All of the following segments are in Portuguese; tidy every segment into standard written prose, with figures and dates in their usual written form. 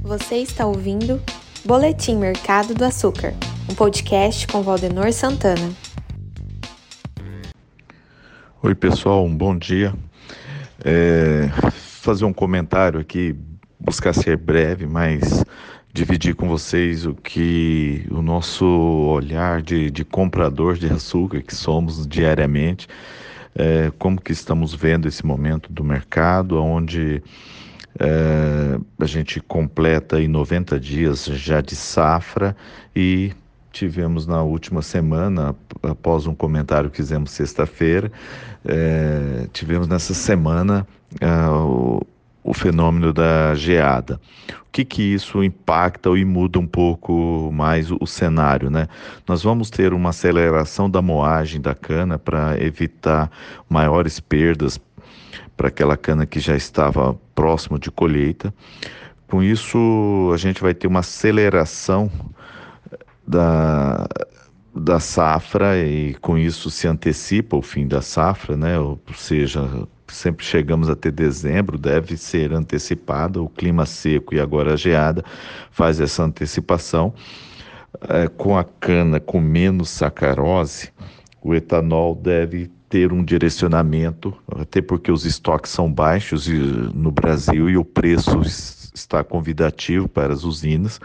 Você está ouvindo Boletim Mercado do Açúcar, um podcast com Valdenor Santana. Oi pessoal, um bom dia. Fazer um comentário aqui, buscar ser breve, mas dividir com vocês o nosso olhar de comprador de açúcar que somos diariamente, como que estamos vendo esse momento do mercado, onde a gente completa aí 90 dias já de safra e tivemos na última semana, após um comentário que fizemos sexta-feira, tivemos nessa semana o fenômeno da geada. O que isso impacta e muda um pouco mais o cenário, né? Nós vamos ter uma aceleração da moagem da cana para evitar maiores perdas para aquela cana que já estava próximo de colheita. Com isso, a gente vai ter uma aceleração da safra e com isso se antecipa o fim da safra, né? Ou seja, sempre chegamos até dezembro, deve ser antecipada, o clima seco e agora a geada faz essa antecipação. Com a cana com menos sacarose, o etanol deve ter um direcionamento, até porque os estoques são baixos no Brasil e o preço está convidativo para as usinas.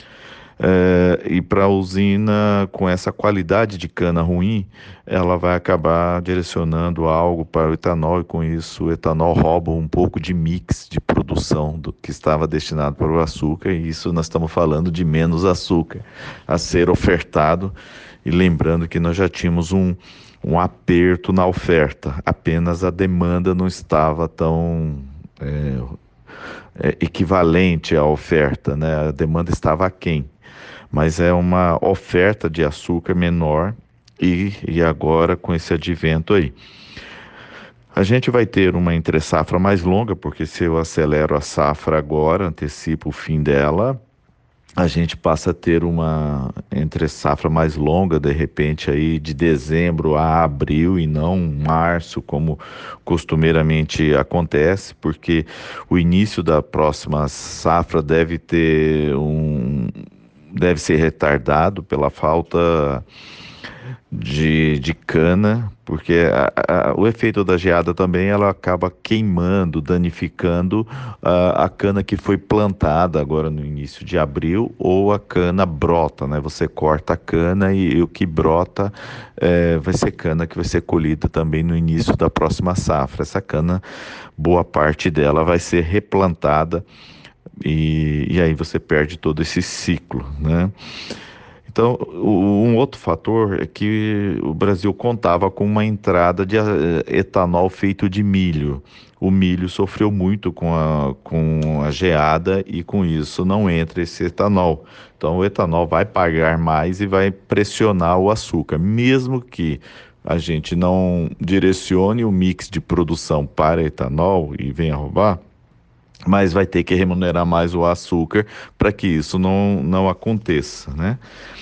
E para a usina, com essa qualidade de cana ruim, ela vai acabar direcionando algo para o etanol e com isso o etanol rouba um pouco de mix de produção do que estava destinado para o açúcar, e isso nós estamos falando de menos açúcar a ser ofertado, e lembrando que nós já tínhamos um aperto na oferta, apenas a demanda não estava tão equivalente à oferta, né? A demanda estava aquém, mas é uma oferta de açúcar menor e agora com esse advento aí. A gente vai ter uma entre-safra mais longa, porque se eu acelero a safra agora, antecipo o fim dela, a gente passa a ter uma entre-safra mais longa, de repente aí de dezembro a abril e não março, como costumeiramente acontece, porque o início da próxima safra deve ser retardado pela falta de cana, porque o efeito da geada também ela acaba queimando, danificando a cana que foi plantada agora no início de abril, ou a cana brota, né? Você corta a cana e o que brota vai ser cana que vai ser colhida também no início da próxima safra. Essa cana, boa parte dela vai ser replantada e aí você perde todo esse ciclo, né? Então, um outro fator é que o Brasil contava com uma entrada de etanol feito de milho. O milho sofreu muito com a geada e com isso não entra esse etanol. Então, o etanol vai pagar mais e vai pressionar o açúcar, mesmo que a gente não direcione o mix de produção para etanol e venha roubar, mas vai ter que remunerar mais o açúcar para que isso não aconteça, né?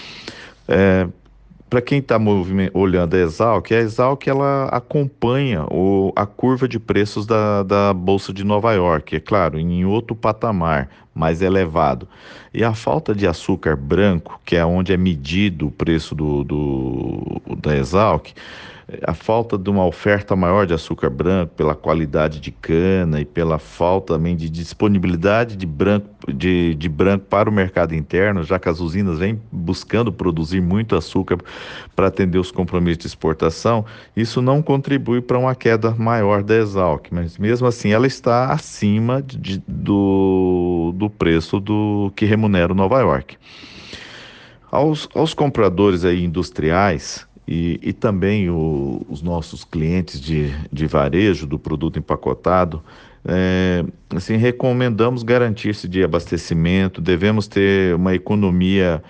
Para quem está olhando a Exalc ela acompanha a curva de preços da Bolsa de Nova York, é claro, em outro patamar, mais elevado. E a falta de açúcar branco, que é onde é medido o preço da Exalc, a falta de uma oferta maior de açúcar branco pela qualidade de cana e pela falta também de disponibilidade de branco para o mercado interno, já que as usinas vêm buscando produzir muito açúcar para atender os compromissos de exportação, isso não contribui para uma queda maior da Exalc, mas mesmo assim ela está acima do preço do que remunera o Nova York. Aos compradores aí industriais, e também os nossos clientes de varejo do produto empacotado, assim, recomendamos garantir-se de abastecimento, devemos ter uma economia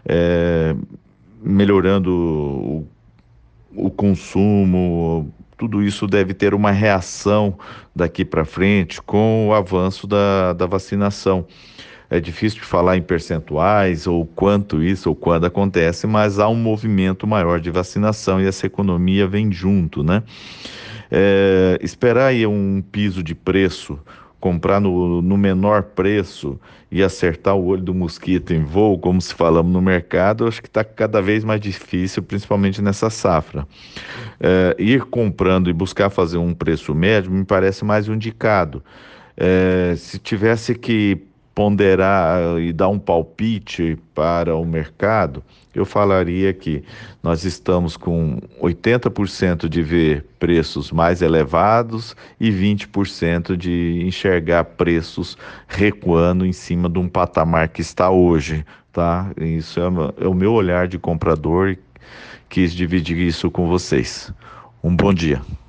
melhorando o consumo, tudo isso deve ter uma reação daqui para frente com o avanço da vacinação. É difícil de falar em percentuais ou quanto isso ou quando acontece, mas há um movimento maior de vacinação e essa economia vem junto, né? Esperar aí um piso de preço comprar no menor preço e acertar o olho do mosquito em voo, como se falamos no mercado, eu acho que está cada vez mais difícil, principalmente nessa safra. Ir comprando e buscar fazer um preço médio me parece mais indicado. Se tivesse que ponderar e dar um palpite para o mercado, eu falaria que nós estamos com 80% de ver preços mais elevados e 20% de enxergar preços recuando em cima de um patamar que está hoje, tá? Isso é o meu olhar de comprador e quis dividir isso com vocês. Um bom dia.